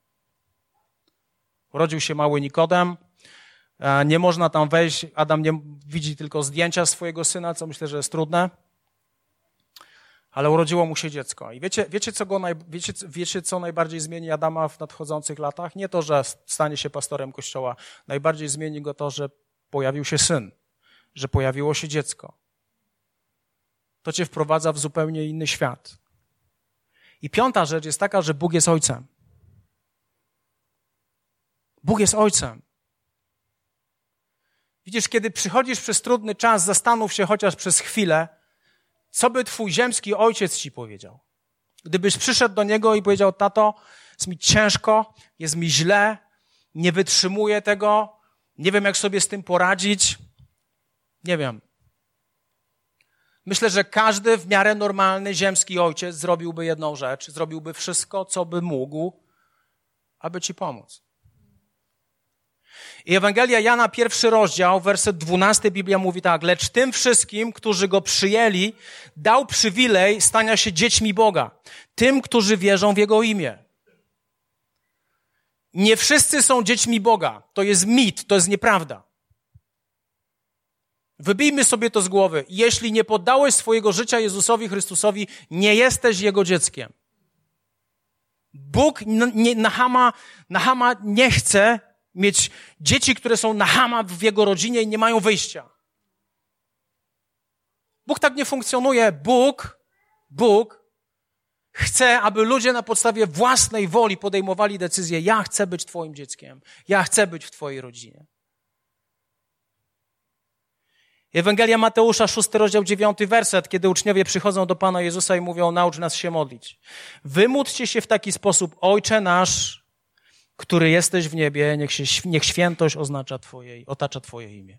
Nie można tam wejść. Adam nie widzi tylko zdjęcia swojego syna, co myślę, że jest trudne. Ale urodziło mu się dziecko. I wiecie, co najbardziej zmieni Adama w nadchodzących latach? Nie to, że stanie się pastorem Kościoła. Najbardziej zmieni go to, że pojawił się syn, że pojawiło się dziecko. To cię wprowadza w zupełnie inny świat. I piąta rzecz jest taka, że Bóg jest ojcem. Bóg jest ojcem. Widzisz, kiedy przychodzisz przez trudny czas, zastanów się chociaż przez chwilę, co by twój ziemski ojciec ci powiedział. Gdybyś przyszedł do niego i powiedział: tato, jest mi ciężko, jest mi źle, nie wytrzymuję tego, nie wiem, jak sobie z tym poradzić. Nie wiem. Myślę, że każdy w miarę normalny ziemski ojciec zrobiłby jedną rzecz. Zrobiłby wszystko, co by mógł, aby ci pomóc. I Ewangelia Jana, 1 rozdział, werset 12, Biblia mówi tak: lecz tym wszystkim, którzy go przyjęli, dał przywilej stania się dziećmi Boga. Tym, którzy wierzą w Jego imię. Nie wszyscy są dziećmi Boga. To jest mit, to jest nieprawda. Wybijmy sobie to z głowy. Jeśli nie poddałeś swojego życia Jezusowi Chrystusowi, nie jesteś Jego dzieckiem. Bóg Nahama nie chce mieć dzieci, które są Nahama w jego rodzinie i nie mają wyjścia. Bóg tak nie funkcjonuje. Bóg chce, aby ludzie na podstawie własnej woli podejmowali decyzję: ja chcę być twoim dzieckiem, ja chcę być w twojej rodzinie. Ewangelia Mateusza, 6 rozdział, 9 werset, kiedy uczniowie przychodzą do Pana Jezusa i mówią: naucz nas się modlić. Wy módlcie się w taki sposób: Ojcze nasz, który jesteś w niebie, niech świętość otacza Twoje imię.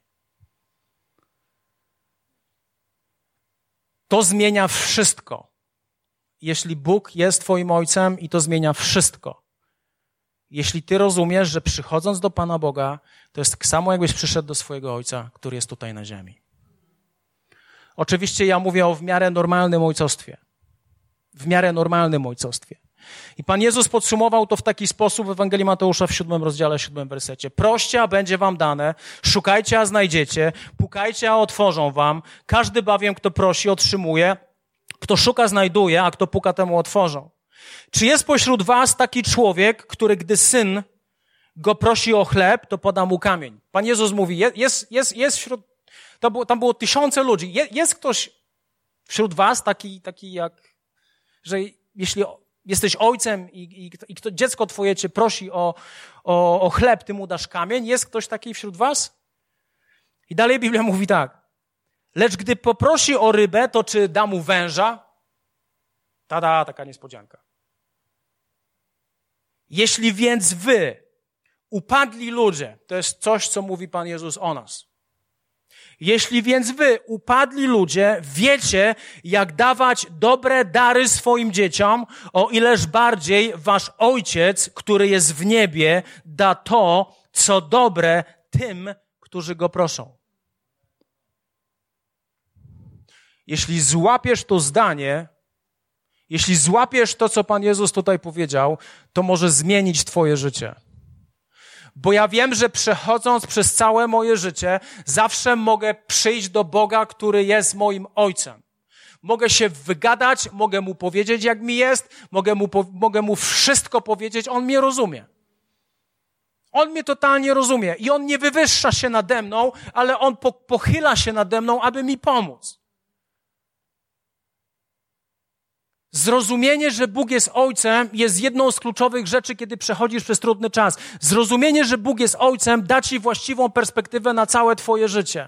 To zmienia wszystko. Jeśli Bóg jest Twoim Ojcem, i to zmienia wszystko. Jeśli Ty rozumiesz, że przychodząc do Pana Boga, to jest tak samo, jakbyś przyszedł do swojego Ojca, który jest tutaj na ziemi. Oczywiście ja mówię o w miarę normalnym ojcostwie. W miarę normalnym ojcostwie. I Pan Jezus podsumował to w taki sposób w Ewangelii Mateusza w 7 rozdziale, 7 wersecie. Proście, a będzie wam dane, szukajcie, a znajdziecie, pukajcie, a otworzą wam. Każdy bowiem, kto prosi, otrzymuje, kto szuka, znajduje, a kto puka, temu otworzą. Czy jest pośród was taki człowiek, który gdy syn go prosi o chleb, to poda mu kamień? Pan Jezus mówi, jest wśród, tam było tysiące ludzi. Jest ktoś wśród was taki jak, że jeśli jesteś ojcem i dziecko twoje cię prosi o chleb, ty mu dasz kamień? Jest ktoś taki wśród was? I dalej Biblia mówi tak. Lecz gdy poprosi o rybę, to czy da mu węża? Taka niespodzianka. Jeśli więc wy, upadli ludzie, to jest coś, co mówi Pan Jezus o nas. Jeśli więc wy, upadli ludzie, wiecie, jak dawać dobre dary swoim dzieciom, o ileż bardziej wasz Ojciec, który jest w niebie, da to, co dobre tym, którzy go proszą. Jeśli złapiesz to zdanie, jeśli złapiesz to, co Pan Jezus tutaj powiedział, to może zmienić twoje życie. Bo ja wiem, że przechodząc przez całe moje życie, zawsze mogę przyjść do Boga, który jest moim Ojcem. Mogę się wygadać, mogę Mu powiedzieć, jak mi jest, mogę mu wszystko powiedzieć, On mnie rozumie. On mnie totalnie rozumie i On nie wywyższa się nade mną, ale On pochyla się nade mną, aby mi pomóc. Zrozumienie, że Bóg jest Ojcem, jest jedną z kluczowych rzeczy, kiedy przechodzisz przez trudny czas. Zrozumienie, że Bóg jest Ojcem, da ci właściwą perspektywę na całe twoje życie.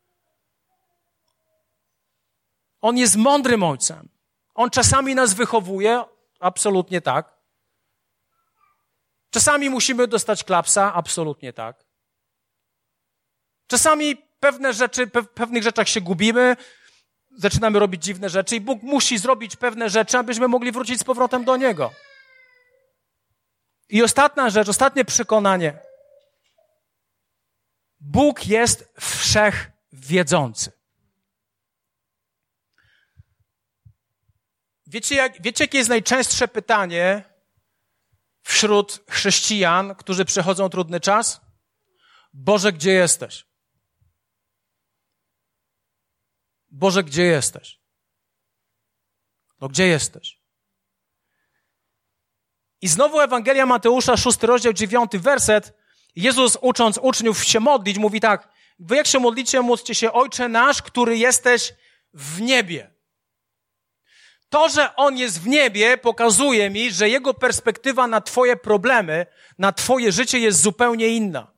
On jest mądrym Ojcem. On czasami nas wychowuje, absolutnie tak. Czasami musimy dostać klapsa, absolutnie tak. Czasami pewnych rzeczach się gubimy, zaczynamy robić dziwne rzeczy i Bóg musi zrobić pewne rzeczy, abyśmy mogli wrócić z powrotem do Niego. I ostatnia rzecz, ostatnie przekonanie. Bóg jest wszechwiedzący. Wiecie, jakie jest najczęstsze pytanie wśród chrześcijan, którzy przechodzą trudny czas? Boże, gdzie jesteś? Boże, gdzie jesteś? No, gdzie jesteś? I znowu Ewangelia Mateusza, 6 rozdział, 9 werset. Jezus, ucząc uczniów się modlić, mówi tak: wy jak się modlicie, módlcie się: Ojcze nasz, który jesteś w niebie. To, że On jest w niebie, pokazuje mi, że Jego perspektywa na twoje problemy, na twoje życie jest zupełnie inna.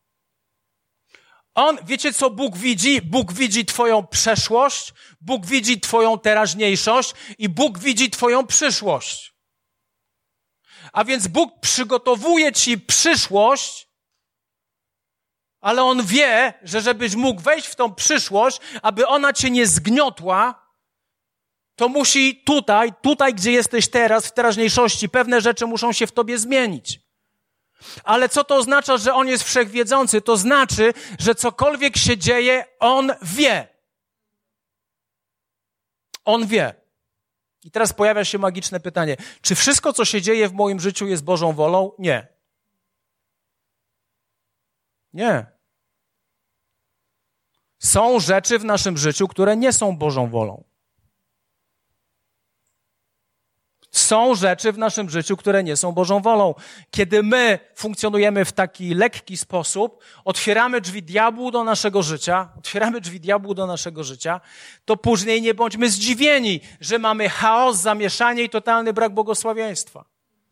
Wiecie co Bóg widzi? Bóg widzi twoją przeszłość, Bóg widzi twoją teraźniejszość i Bóg widzi twoją przyszłość. A więc Bóg przygotowuje ci przyszłość, ale On wie, że żebyś mógł wejść w tą przyszłość, aby ona cię nie zgniotła, to musi tutaj, gdzie jesteś teraz, w teraźniejszości, pewne rzeczy muszą się w tobie zmienić. Ale co to oznacza, że On jest wszechwiedzący? To znaczy, że cokolwiek się dzieje, On wie. On wie. I teraz pojawia się magiczne pytanie. Czy wszystko, co się dzieje w moim życiu, jest Bożą wolą? Nie. Nie. Są rzeczy w naszym życiu, które nie są Bożą wolą. Są rzeczy w naszym życiu, które nie są Bożą wolą. Kiedy my funkcjonujemy w taki lekki sposób, otwieramy drzwi diabłu do naszego życia, to później nie bądźmy zdziwieni, że mamy chaos, zamieszanie i totalny brak błogosławieństwa.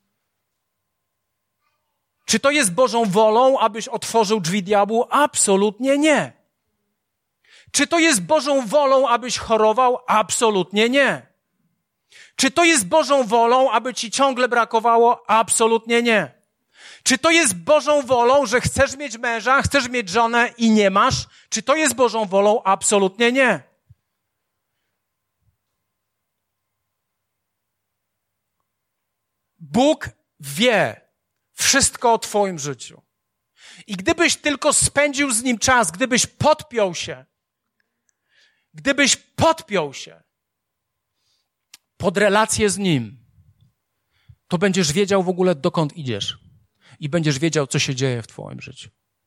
Czy to jest Bożą wolą, abyś otworzył drzwi diabłu? Absolutnie nie. Czy to jest Bożą wolą, abyś chorował? Absolutnie nie. Czy to jest Bożą wolą, aby ci ciągle brakowało? Absolutnie nie. Czy to jest Bożą wolą, że chcesz mieć męża, chcesz mieć żonę i nie masz? Czy to jest Bożą wolą? Absolutnie nie. Bóg wie wszystko o twoim życiu. I gdybyś tylko spędził z Nim czas, gdybyś podpiął się pod relację z Nim, to będziesz wiedział w ogóle, dokąd idziesz i będziesz wiedział, co się dzieje w twoim życiu.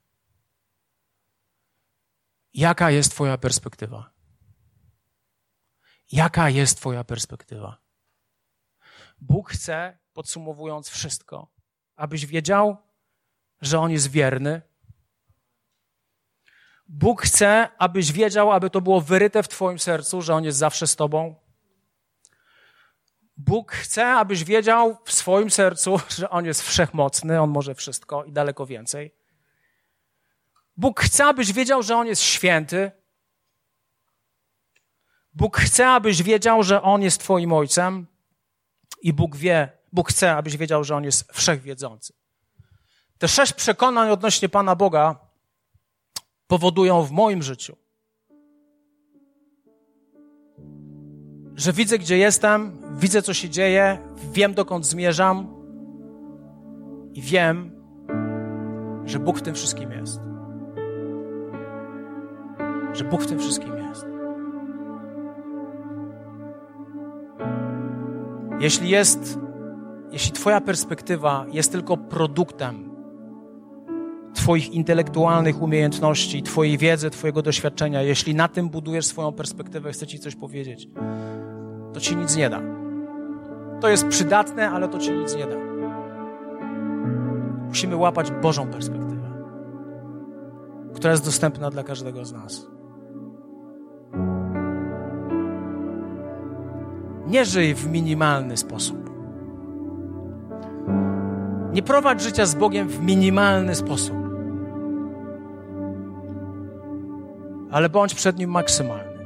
Jaka jest twoja perspektywa? Jaka jest twoja perspektywa? Bóg chce, podsumowując wszystko, abyś wiedział, że On jest wierny. Bóg chce, abyś wiedział, aby to było wyryte w twoim sercu, że On jest zawsze z tobą. Bóg chce, abyś wiedział w swoim sercu, że On jest wszechmocny, On może wszystko i daleko więcej. Bóg chce, abyś wiedział, że On jest święty. Bóg chce, abyś wiedział, że On jest twoim Ojcem. I Bóg chce, abyś wiedział, że On jest wszechwiedzący. Te 6 przekonań odnośnie Pana Boga powodują w moim życiu, że widzę, gdzie jestem, widzę, co się dzieje, wiem, dokąd zmierzam i wiem, że Bóg w tym wszystkim jest. Że Bóg w tym wszystkim jest. Jeśli twoja perspektywa jest tylko produktem twoich intelektualnych umiejętności, twojej wiedzy, twojego doświadczenia, jeśli na tym budujesz swoją perspektywę, chcę ci coś powiedzieć, to ci nic nie da. To jest przydatne, ale to ci nic nie da. Musimy łapać Bożą perspektywę, która jest dostępna dla każdego z nas. Nie żyj w minimalny sposób. Nie prowadź życia z Bogiem w minimalny sposób. Ale bądź przed Nim maksymalny.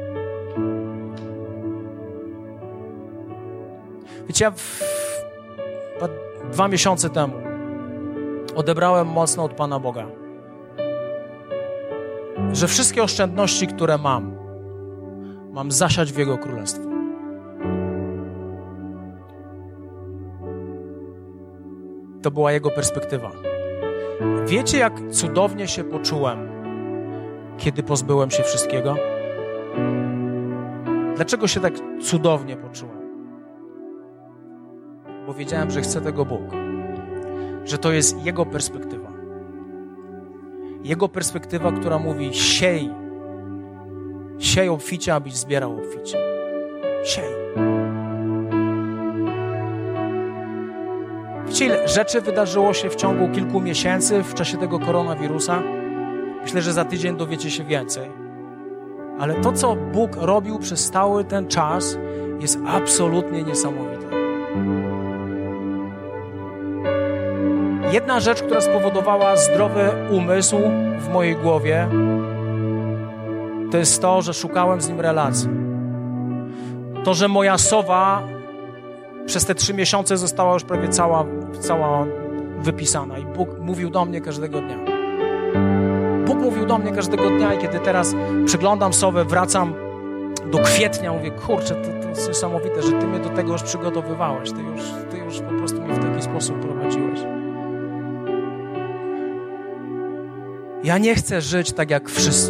Wiecie, ja 2 miesiące temu odebrałem mocno od Pana Boga, że wszystkie oszczędności, które mam, mam zasiać w Jego królestwo. To była Jego perspektywa. Wiecie, jak cudownie się poczułem, kiedy pozbyłem się wszystkiego? Dlaczego się tak cudownie poczułem? Bo wiedziałem, że chce tego Bóg. Że to jest Jego perspektywa. Jego perspektywa, która mówi: siej obficie, abyś zbierał obficie. Siej. Wiecie, ile rzeczy wydarzyło się w ciągu kilku miesięcy w czasie tego koronawirusa? Myślę, że za tydzień dowiecie się więcej. Ale to, co Bóg robił przez cały ten czas, jest absolutnie niesamowite. Jedna rzecz, która spowodowała zdrowy umysł w mojej głowie, to jest to, że szukałem z Nim relacji. To, że moja sowa przez te 3 miesiące została już prawie cała wypisana i Bóg mówił do mnie każdego dnia. Bóg mówił do mnie każdego dnia i kiedy teraz przeglądam sowę, wracam do kwietnia, mówię: kurczę, to jest niesamowite, że Ty mnie do tego już przygotowywałeś. Ty już po prostu mnie w taki sposób prowadziłeś. Ja nie chcę żyć tak jak wszyscy.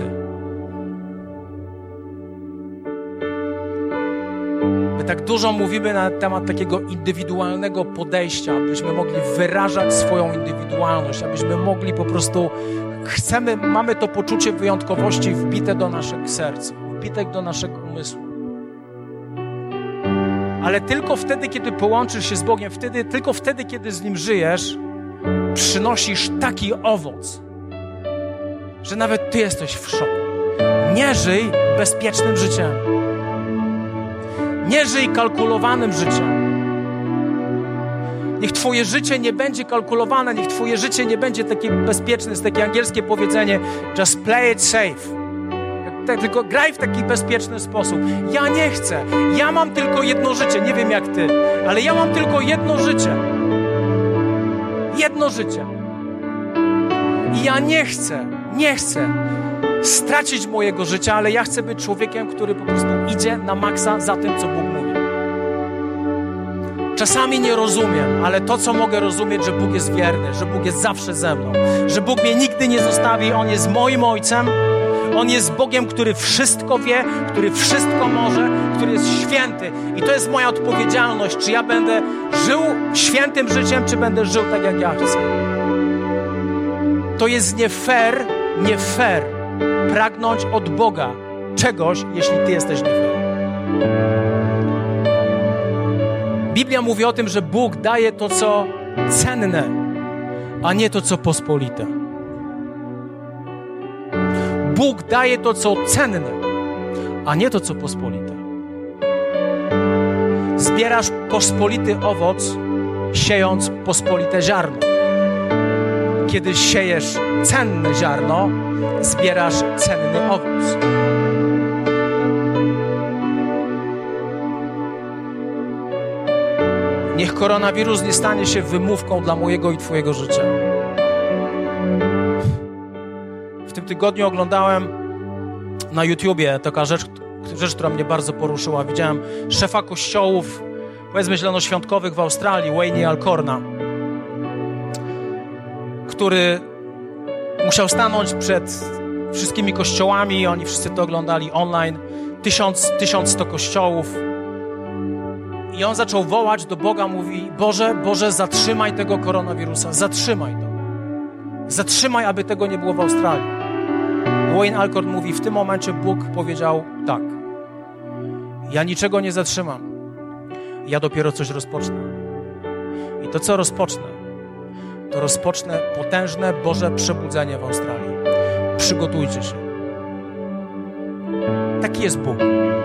My tak dużo mówimy na temat takiego indywidualnego podejścia, abyśmy mogli wyrażać swoją indywidualność, abyśmy mogli po prostu, mamy to poczucie wyjątkowości wbite do naszych serc, wbite do naszego umysłu. Ale tylko wtedy, kiedy połączysz się z Bogiem, tylko wtedy, kiedy z Nim żyjesz, przynosisz taki owoc, że nawet Ty jesteś w szoku. Nie żyj bezpiecznym życiem. Nie żyj kalkulowanym życiem. Niech Twoje życie nie będzie kalkulowane, niech Twoje życie nie będzie takie bezpieczne. Jest takie angielskie powiedzenie: just play it safe. Tylko graj w taki bezpieczny sposób. Ja nie chcę. Ja mam tylko jedno życie. Nie wiem jak Ty, ale ja mam tylko jedno życie. Jedno życie. I ja nie chcę stracić mojego życia, ale ja chcę być człowiekiem, który po prostu idzie na maksa za tym, co Bóg mówi. Czasami nie rozumiem, ale to, co mogę rozumieć, że Bóg jest wierny, że Bóg jest zawsze ze mną, że Bóg mnie nigdy nie zostawi, On jest moim Ojcem, On jest Bogiem, który wszystko wie, który wszystko może, który jest święty. I to jest moja odpowiedzialność, czy ja będę żył świętym życiem, czy będę żył tak, jak ja chcę. To jest nie fair pragnąć od Boga czegoś, jeśli Ty jesteś nie fair. Biblia mówi o tym, że Bóg daje to, co cenne, a nie to, co pospolite. Bóg daje to, co cenne, a nie to, co pospolite. Zbierasz pospolity owoc, siejąc pospolite ziarno. Kiedy siejesz cenne ziarno, zbierasz cenny owoc. Niech koronawirus nie stanie się wymówką dla mojego i Twojego życia. W tym tygodniu oglądałem na YouTubie taka rzecz, która mnie bardzo poruszyła. Widziałem szefa kościołów, powiedzmy zielonoświątkowych w Australii, Wayne Alcorna, który musiał stanąć przed wszystkimi kościołami, oni wszyscy to oglądali online, 1100 kościołów. I on zaczął wołać do Boga, mówi: Boże, zatrzymaj tego koronawirusa, zatrzymaj to. Zatrzymaj, aby tego nie było w Australii. Wayne Alcorn mówi: w tym momencie Bóg powiedział tak: ja niczego nie zatrzymam, ja dopiero coś rozpocznę. I to, co rozpocznę, to rozpocznę potężne Boże przebudzenie w Australii. Przygotujcie się. Taki jest Bóg.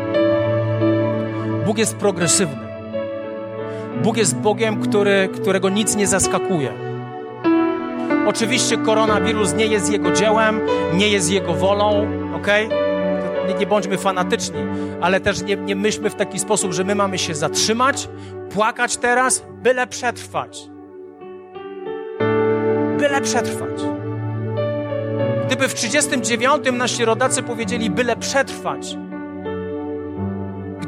Bóg jest progresywny. Bóg jest Bogiem, którego nic nie zaskakuje. Oczywiście koronawirus nie jest Jego dziełem, nie jest Jego wolą, okej? Nie bądźmy fanatyczni, ale też nie myślmy w taki sposób, że my mamy się zatrzymać, płakać teraz, byle przetrwać. Byle przetrwać. Gdyby w 1939 nasi rodacy powiedzieli byle przetrwać,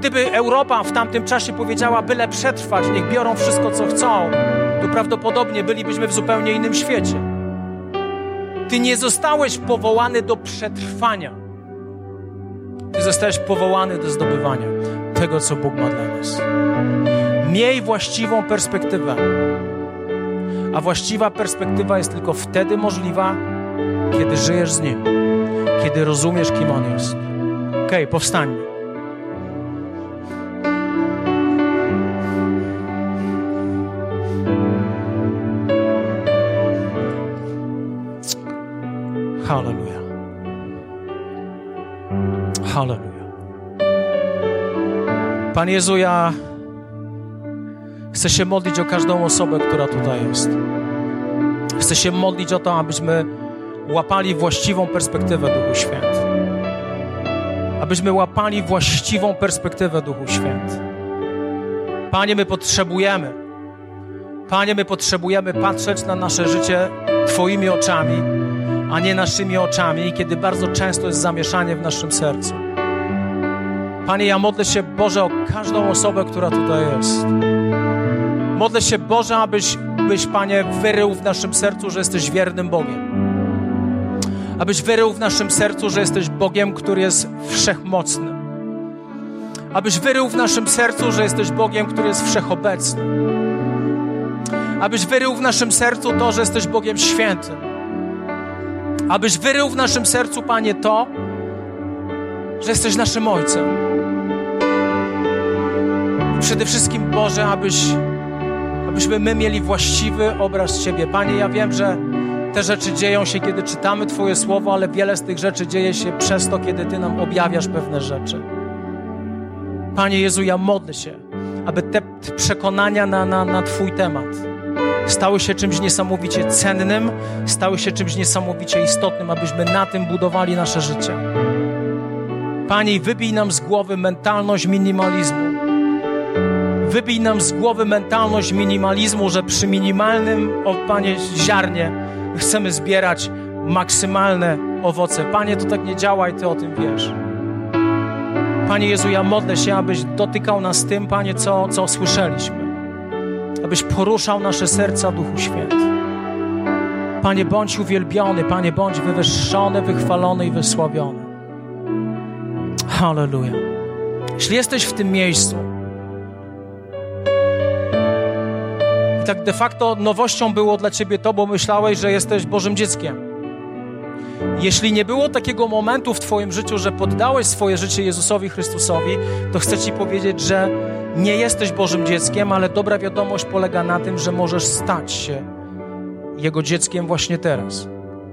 Gdyby Europa w tamtym czasie powiedziała, byle przetrwać, niech biorą wszystko, co chcą, to prawdopodobnie bylibyśmy w zupełnie innym świecie. Ty nie zostałeś powołany do przetrwania. Ty zostałeś powołany do zdobywania tego, co Bóg ma dla nas. Miej właściwą perspektywę. A właściwa perspektywa jest tylko wtedy możliwa, kiedy żyjesz z Nim. Kiedy rozumiesz, kim On jest. Okej, powstańmy. Halleluja. Halleluja. Panie Jezu, ja chcę się modlić o każdą osobę, która tutaj jest. Chcę się modlić o to, abyśmy łapali właściwą perspektywę, Duchu Święty. Abyśmy łapali właściwą perspektywę, Duchu Święty. Panie, my potrzebujemy patrzeć na nasze życie Twoimi oczami, a nie naszymi oczami, kiedy bardzo często jest zamieszanie w naszym sercu. Panie, ja modlę się, Boże, o każdą osobę, która tutaj jest. Modlę się, Boże, abyś, Panie, wyrył w naszym sercu, że jesteś wiernym Bogiem. Abyś wyrył w naszym sercu, że jesteś Bogiem, który jest wszechmocny. Abyś wyrył w naszym sercu, że jesteś Bogiem, który jest wszechobecny. Abyś wyrył w naszym sercu to, że jesteś Bogiem świętym. Abyś wyrył w naszym sercu, Panie, to, że jesteś naszym Ojcem. I przede wszystkim, Boże, abyśmy my mieli właściwy obraz Ciebie. Panie, ja wiem, że te rzeczy dzieją się, kiedy czytamy Twoje słowo, ale wiele z tych rzeczy dzieje się przez to, kiedy Ty nam objawiasz pewne rzeczy. Panie Jezu, ja modlę się, aby te przekonania na Twój temat stały się czymś niesamowicie cennym, stały się czymś niesamowicie istotnym, abyśmy na tym budowali nasze życie. Panie, wybij nam z głowy mentalność minimalizmu. Wybij nam z głowy mentalność minimalizmu, że przy minimalnym, Panie, ziarnie chcemy zbierać maksymalne owoce. Panie, to tak nie działa i Ty o tym wiesz. Panie Jezu, ja modlę się, abyś dotykał nas tym, Panie, co słyszeliśmy. Abyś poruszał nasze serca, Duchu Święty. Panie, bądź uwielbiony, Panie, bądź wywyższony, wychwalony i wysławiony. Halleluja. Jeśli jesteś w tym miejscu i tak de facto nowością było dla Ciebie to, bo myślałeś, że jesteś Bożym dzieckiem. Jeśli nie było takiego momentu w Twoim życiu, że poddałeś swoje życie Jezusowi Chrystusowi, to chcę Ci powiedzieć, że nie jesteś Bożym dzieckiem, ale dobra wiadomość polega na tym, że możesz stać się Jego dzieckiem właśnie teraz.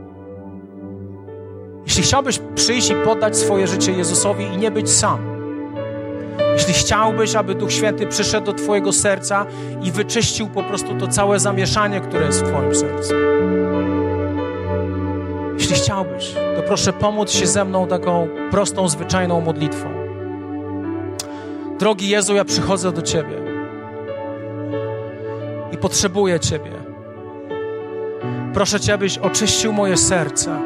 Jeśli chciałbyś przyjść i poddać swoje życie Jezusowi i nie być sam, jeśli chciałbyś, aby Duch Święty przyszedł do Twojego serca i wyczyścił po prostu to całe zamieszanie, które jest w Twoim sercu. Jeśli chciałbyś, to proszę pomóc się ze mną taką prostą, zwyczajną modlitwą. Drogi Jezu, ja przychodzę do Ciebie i potrzebuję Ciebie. Proszę Cię, abyś oczyścił moje serce,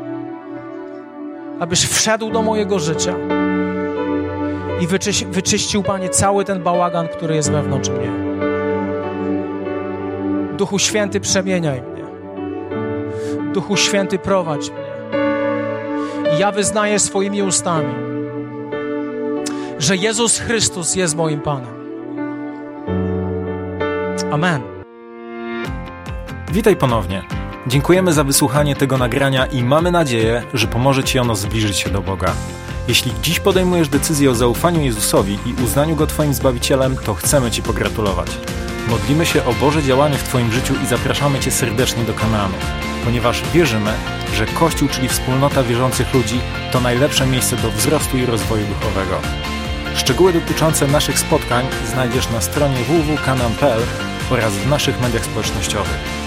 abyś wszedł do mojego życia i wyczyścił, Panie, cały ten bałagan, który jest wewnątrz mnie. Duchu Święty, przemieniaj mnie. Duchu Święty, prowadź mnie. I ja wyznaję swoimi ustami, że Jezus Chrystus jest moim Panem. Amen. Witaj ponownie. Dziękujemy za wysłuchanie tego nagrania i mamy nadzieję, że pomoże Ci ono zbliżyć się do Boga. Jeśli dziś podejmujesz decyzję o zaufaniu Jezusowi i uznaniu Go Twoim Zbawicielem, to chcemy Ci pogratulować. Modlimy się o Boże działanie w Twoim życiu i zapraszamy Cię serdecznie do Kanaanu, ponieważ wierzymy, że Kościół, czyli wspólnota wierzących ludzi, to najlepsze miejsce do wzrostu i rozwoju duchowego. Szczegóły dotyczące naszych spotkań znajdziesz na stronie www.kanaan.pl oraz w naszych mediach społecznościowych.